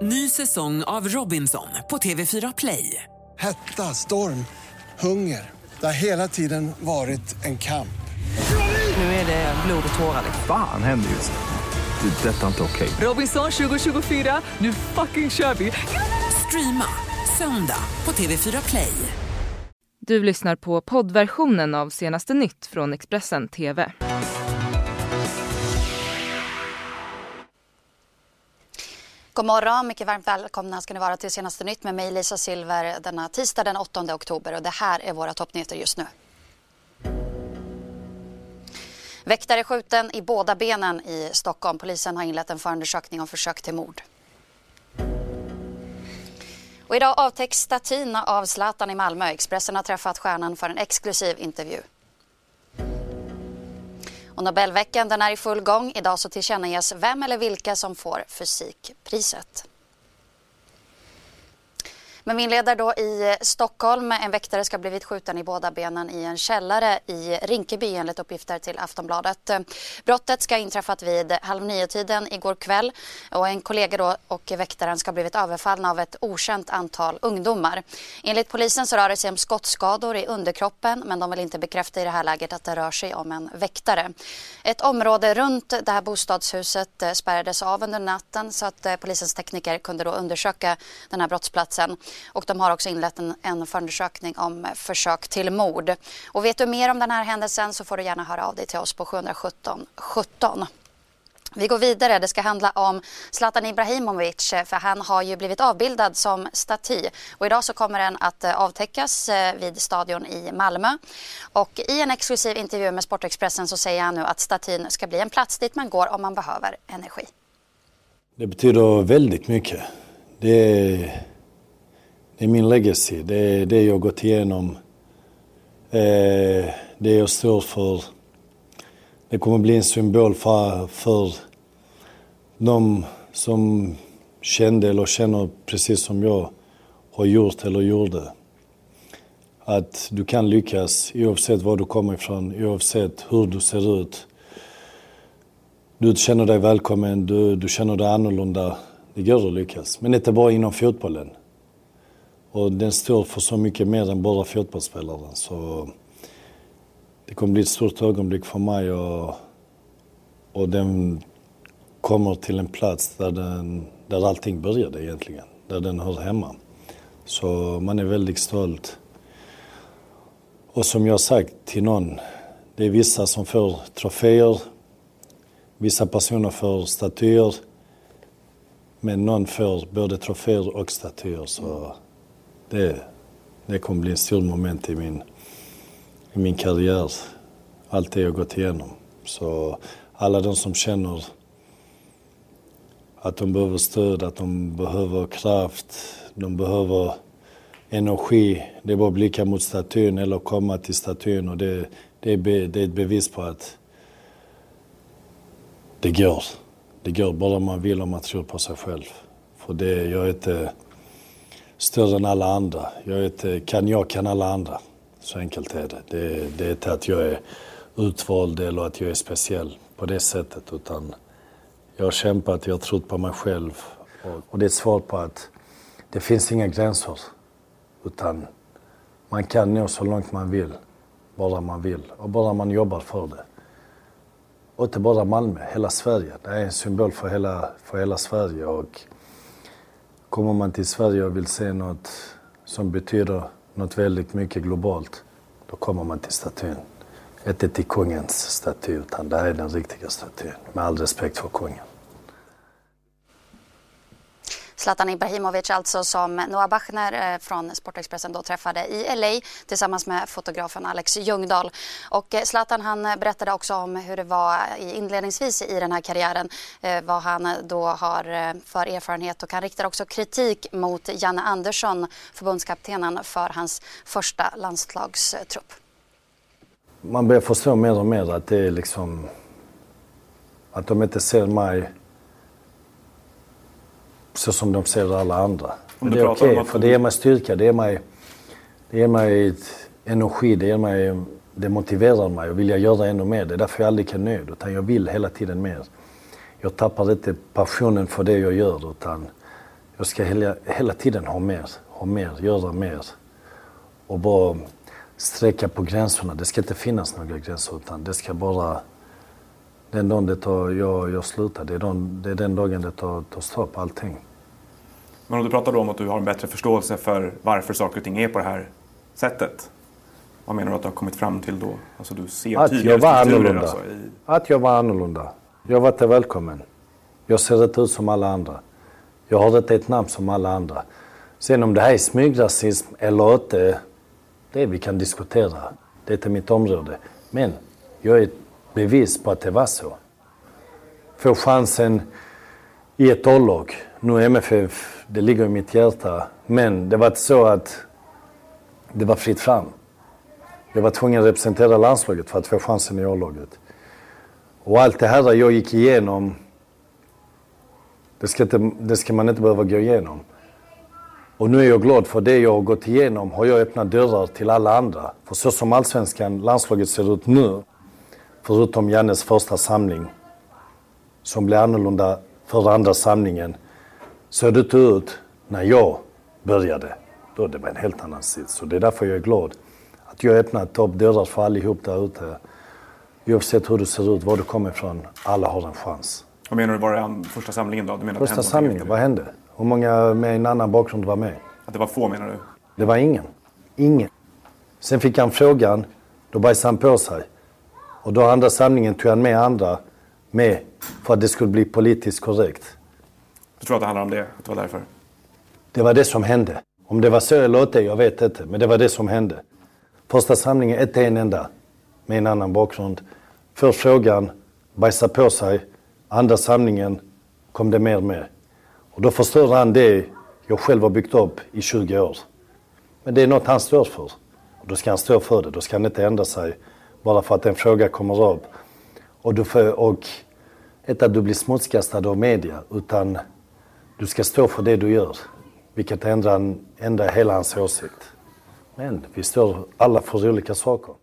Ny säsong av Robinson på TV4 Play. Hetta, storm, hunger. Det har hela tiden varit en kamp. Nu är det blod och tårar. Fan händer just nu. Det. Detta är inte okej. Robinson 2024, nu fucking kör vi. Streama söndag på TV4 Play. Du lyssnar på poddversionen av Senaste Nytt från Expressen TV. God morgon, mycket varmt välkomna ska ni vara till Senaste Nytt med mig Lisa Silver denna tisdag den 8 oktober och det här är våra toppnyheter just nu. Väktare skjuten i båda benen i Stockholm. Polisen har inlett en förundersökning om försök till mord. Och idag avtäcks statyn av Zlatan i Malmö. Expressen har träffat stjärnan för en exklusiv intervju. Och Nobelveckan den är i full gång. Idag så tillkännages vem eller vilka som får fysikpriset. Men vi inleder då i Stockholm. En väktare ska ha blivit skjuten i båda benen i en källare i Rinkeby enligt uppgifter till Aftonbladet. Brottet ska ha inträffat vid 8:30 igår kväll och en kollega då och väktaren ska ha blivit överfallna av ett okänt antal ungdomar. Enligt polisen så rör det sig om skottskador i underkroppen men de vill inte bekräfta i det här läget att det rör sig om en väktare. Ett område runt det här bostadshuset spärrades av under natten så att polisens tekniker kunde då undersöka den här brottsplatsen. Och de har också inlett en förundersökning om försök till mord. Och vet du mer om den här händelsen så får du gärna höra av dig till oss på 717 17. Vi går vidare. Det ska handla om Zlatan Ibrahimovic för han har ju blivit avbildad som staty. Och idag så kommer den att avtäckas vid stadion i Malmö. Och i en exklusiv intervju med Sportexpressen så säger han nu att statyn ska bli en plats dit man går om man behöver energi. Det betyder väldigt mycket. Det är min legacy. Det är det jag har gått igenom. Det jag står för. Det kommer bli en symbol för de som kände eller känner precis som jag har gjort eller gjorde. Att du kan lyckas oavsett var du kommer ifrån, oavsett hur du ser ut. Du känner dig välkommen, du känner dig annorlunda. Det går att lyckas. Men inte bara inom fotbollen. Och den står för så mycket mer än bara fotbollsspelaren. Så det kommer bli ett stort ögonblick för mig och den kommer till en plats där allting började egentligen. Där den hör hemma. Så man är väldigt stolt. Och som jag sagt till någon, det är vissa som får troféer. Vissa personer får statyer. Men någon får både troféer och statyer. Så det kommer bli en stor moment i min karriär. Allt det jag gått igenom. Så alla de som känner att de behöver stöd, att de behöver kraft, de behöver energi. Det är bara att blicka mot statyn eller komma till statyn. Och det är ett bevis på att det går. Det går bara om man vill och man tror på sig själv. För jag är inte större än alla andra. Jag kan alla andra. Så enkelt är det. Det är inte att jag är utvald eller att jag är speciell på det sättet. Utan jag har kämpat, jag har trott på mig själv. Och det är ett svar på att det finns inga gränser. Utan man kan nå så långt man vill. Bara man vill. Och bara man jobbar för det. Och inte bara Malmö, hela Sverige. Det är en symbol för hela Sverige. Och kommer man till Sverige och vill se något som betyder något väldigt mycket globalt, då kommer man till statyn. Inte till kungens staty, utan det här är den riktiga statyn. Med all respekt för kungen. Zlatan Ibrahimovic alltså som Noah Bachner från Sportexpressen då träffade i LA tillsammans med fotografen Alex Ljungdahl. Och Zlatan han berättade också om hur det var inledningsvis i den här karriären, vad han då har för erfarenhet och han riktar också kritik mot Janne Andersson, förbundskaptenen för hans första landslagstrupp. Man börjar förstå mer och mer att det är liksom att de inte ser mig så som de ser alla andra. Det är okej, för det ger mig styrka, det ger mig energi, det motiverar mig och vill jag göra ännu mer. Det är därför jag aldrig kan nöjd, utan jag vill hela tiden mer. Jag tappar inte passionen för det jag gör, utan Jag ska hela tiden ha mer, göra mer. Och bara sträcka på gränserna. Det ska inte finnas några gränser, utan det ska bara... Den dagen jag slutar, det är den dagen det tar stopp på allting. Men om du pratar då om att du har en bättre förståelse för varför saker och ting är på det här sättet. Vad menar du att du har kommit fram till då? Alltså du ser att jag var annorlunda. Alltså Att jag var annorlunda. Jag var inte välkommen. Jag ser rätt ut som alla andra. Jag har rätt ett namn som alla andra. Sen om det här är smygrasism eller inte, det vi kan diskutera. Det är inte mitt område. Men jag är ett bevis på att det var så. Få chansen i ett A-lag. Nu MFF, det ligger i mitt hjärta. Men det var inte så att det var fritt fram. Jag var tvungen att representera landslaget för att få chansen i A-laget. Och allt det här jag gick igenom, det ska man inte behöva gå igenom. Och nu är jag glad för det jag har gått igenom. Har jag öppnat dörrar till alla andra. För så som allsvenskan, landslaget ser ut nu, förutom Jannes första samling, som blev annorlunda för andra samlingen, så det ut när jag började. Då det var en helt annan sits. Så det är därför jag är glad att jag öppnat upp dörrar för allihop där ute. Oavsett hur du ser ut, var du kommer ifrån, alla har en chans. Vad menar du, var det första samlingen då? Du menar första samlingen, vad hände? Hur många med en annan bakgrund var med? Att det var få, menar du? Det var ingen. Sen fick han frågan, då bajsade han på sig. Och då andra samlingen tog han med andra med för att det skulle bli politiskt korrekt. Du tror att det handlar om det? Att det var därför? Det var det som hände. Om det var så eller inte, jag vet inte. Men det var det som hände. Första samlingen, en enda med en annan bakgrund. För frågan, bajsa på sig. Andra samlingen kom det mer med. Och då förstår han det jag själv har byggt upp i 20 år. Men det är något han står för. Och då ska han stå för det. Då ska han inte ändra sig bara för att en fråga kommer upp. Och inte att du blir smutskastad av media, utan du ska stå för det du gör. Vilket ändrar hela hans åsikt. Men vi står alla för olika saker.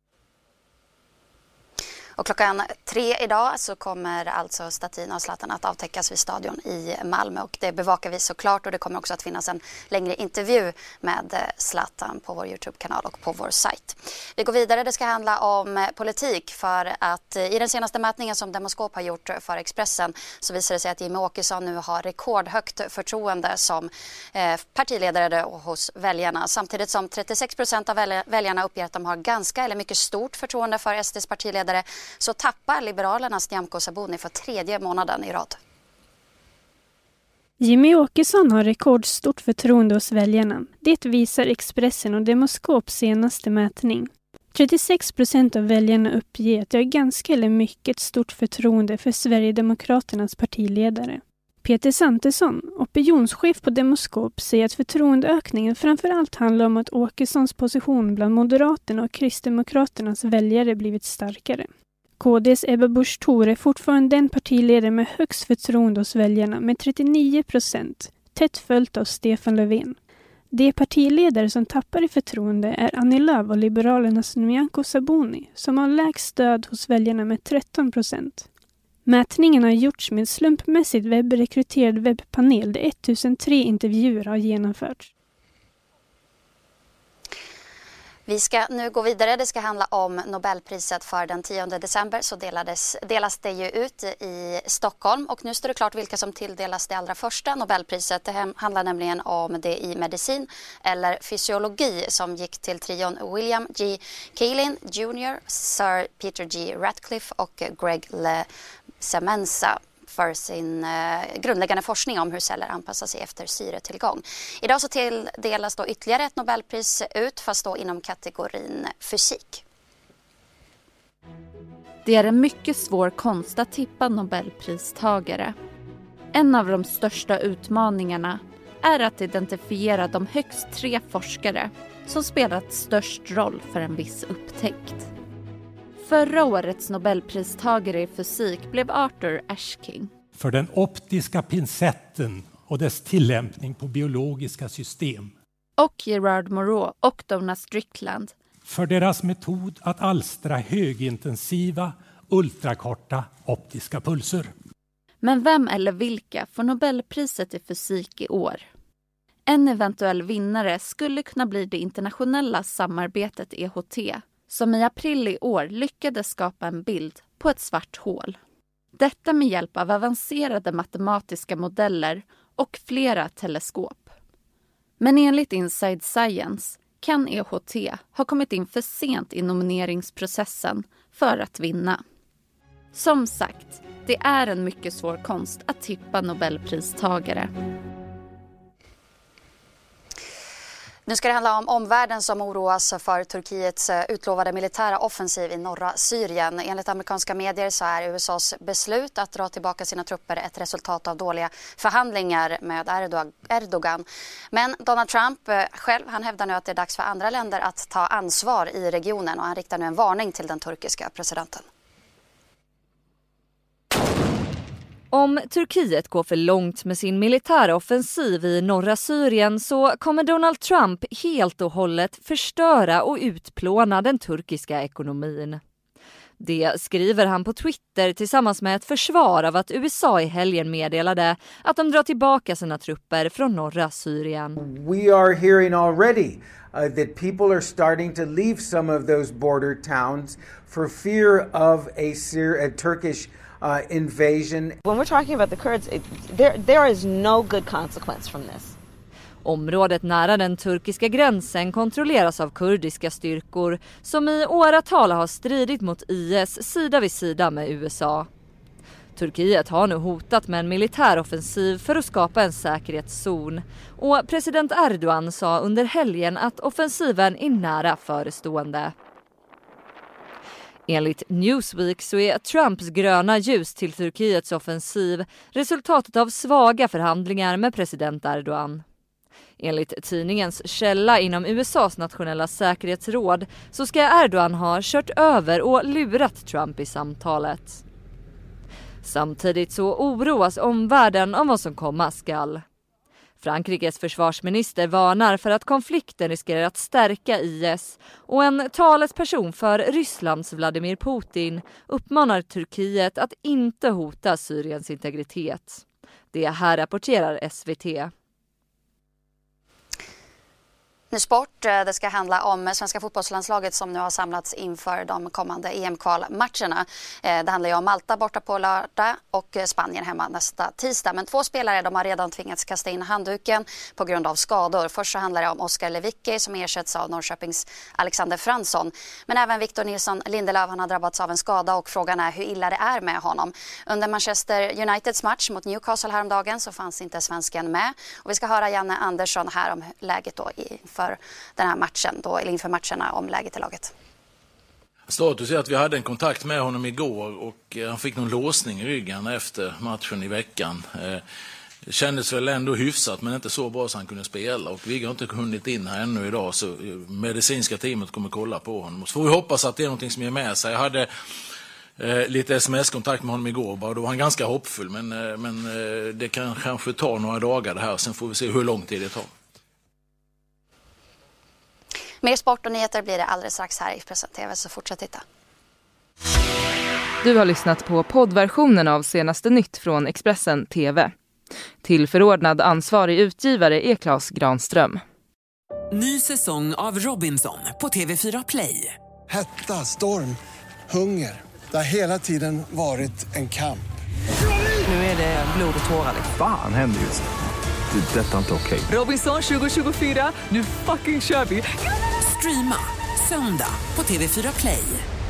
Och 3:00 idag så kommer alltså statyn av Zlatan att avtäckas vid stadion i Malmö. Och det bevakar vi såklart, och det kommer också att finnas en längre intervju med Zlatan på vår YouTube-kanal och på vår sajt. Vi går vidare, det ska handla om politik, för att i den senaste mätningen som Demoskop har gjort för Expressen så visar det sig att Jimmie Åkesson nu har rekordhögt förtroende som partiledare hos väljarna. Samtidigt som 36% av väljarna uppger att de har ganska eller mycket stort förtroende för SDs partiledare, så tappar Liberalernas Nyamko Sabuni för 3:e månaden i rad. Jimmie Åkesson har rekordstort förtroende hos väljarna. Det visar Expressen och Demoskops senaste mätning. 36% av väljarna uppger att jag har ganska eller mycket stort förtroende för Sverigedemokraternas partiledare. Peter Santesson, opinionschef på Demoskop, säger att förtroendeökningen framförallt handlar om att Åkessons position bland Moderaterna och Kristdemokraternas väljare blivit starkare. KDs Ebba Busch Thor är fortfarande den partiledare med högst förtroende hos väljarna med 39%, tätt följt av Stefan Löfven. De partiledare som tappar i förtroende är Annie Lööf och Liberalernas Nyamko Sabuni, som har lägst stöd hos väljarna med 13%. Mätningen har gjorts med slumpmässigt webbrekryterad webbpanel där 1003 intervjuer har genomförts. Vi ska nu gå vidare. Det ska handla om Nobelpriset för den 10 december. Så delas det ju ut i Stockholm. Och nu står det klart vilka som tilldelas det allra första Nobelpriset. Det handlar nämligen om det i medicin eller fysiologi som gick till trion William G. Kaelin Jr., Sir Peter G. Ratcliffe och Greg LeSemenza för sin grundläggande forskning om hur celler anpassar sig efter syretillgång. Idag så tilldelas då ytterligare ett Nobelpris ut, fast då inom kategorin fysik. Det är en mycket svår konst att tippa Nobelpristagare. En av de största utmaningarna är att identifiera de högst 3 forskare som spelat störst roll för en viss upptäckt. Förra årets Nobelpristagare i fysik blev Arthur Ashking. För den optiska pincetten och dess tillämpning på biologiska system. Och Gerard Moreau och Donna Strickland. För deras metod att alstra högintensiva, ultrakorta optiska pulser. Men vem eller vilka får Nobelpriset i fysik i år? En eventuell vinnare skulle kunna bli det internationella samarbetet EHT, som i april i år lyckades skapa en bild på ett svart hål. Detta med hjälp av avancerade matematiska modeller och flera teleskop. Men enligt Inside Science kan EHT ha kommit in för sent i nomineringsprocessen för att vinna. Som sagt, det är en mycket svår konst att tippa Nobelpristagare. Nu ska det handla om omvärlden som oroas för Turkiets utlovade militära offensiv i norra Syrien. Enligt amerikanska medier så är USAs beslut att dra tillbaka sina trupper ett resultat av dåliga förhandlingar med Erdogan. Men Donald Trump själv, han hävdar nu att det är dags för andra länder att ta ansvar i regionen, och han riktar nu en varning till den turkiska presidenten. Om Turkiet går för långt med sin militära offensiv i norra Syrien så kommer Donald Trump helt och hållet förstöra och utplåna den turkiska ekonomin. Det skriver han på Twitter tillsammans med ett försvar av att USA i helgen meddelade att de drar tillbaka sina trupper från norra Syrien. We are hearing already that people are starting to leave some of those border towns for fear of a Turkish invasion. When we're talking about the Kurds, there is no good consequence from this. Området nära den turkiska gränsen kontrolleras av kurdiska styrkor som i åratal har stridit mot IS sida vid sida med USA. Turkiet har nu hotat med en militäroffensiv för att skapa en säkerhetszon, och president Erdogan sa under helgen att offensiven är nära förestående. Enligt Newsweek så är Trumps gröna ljus till Turkiets offensiv resultatet av svaga förhandlingar med president Erdogan. Enligt tidningens källa inom USAs nationella säkerhetsråd så ska Erdogan ha kört över och lurat Trump i samtalet. Samtidigt så oroas omvärlden om vad som komma skall. Frankrikes försvarsminister varnar för att konflikten riskerar att stärka IS, och en talesperson för Rysslands Vladimir Putin uppmanar Turkiet att inte hota Syriens integritet. Det här rapporterar SVT. Nu sport. Det ska handla om svenska fotbollslandslaget som nu har samlats inför de kommande EM-kvalmatcherna. Det handlar ju om Malta borta på lördag och Spanien hemma nästa tisdag. Men 2 spelare de har redan tvingats kasta in handduken på grund av skador. Först så handlar det om Oskar Lewicki som ersätts av Norrköpings Alexander Fransson. Men även Victor Nilsson Lindelöf, han har drabbats av en skada, och frågan är hur illa det är med honom. Under Manchester Uniteds match mot Newcastle häromdagen så fanns inte svensken med. Och vi ska höra Janne Andersson här om läget då inför den här matchen då, eller inför matcherna, om läget i laget. Status är att vi hade en kontakt med honom igår och han fick någon låsning i ryggen efter matchen i veckan. Det kändes väl ändå hyfsat, men inte så bra så han kunde spela, och vi har inte hunnit in här ännu idag, så medicinska teamet kommer kolla på honom. Så får vi hoppas att det är någonting som ger med sig. Jag hade lite sms-kontakt med honom igår, bara då var han ganska hoppfull, men det kan kanske ta några dagar det här, sen får vi se hur lång tid det tar. Mer sport och nyheter blir det alldeles strax här i Expressen TV, så fortsätt titta. Du har lyssnat på poddversionen av Senaste nytt från Expressen TV. Tillförordnad ansvarig utgivare är Claes Granström. Ny säsong av Robinson på TV4 Play. Hetta, storm, hunger. Det har hela tiden varit en kamp. Nu är det blod och tårar. Fan händer just det. Det är detta inte okej. Robinson 2024, nu fucking kör vi. Streama söndag på TV4 Play.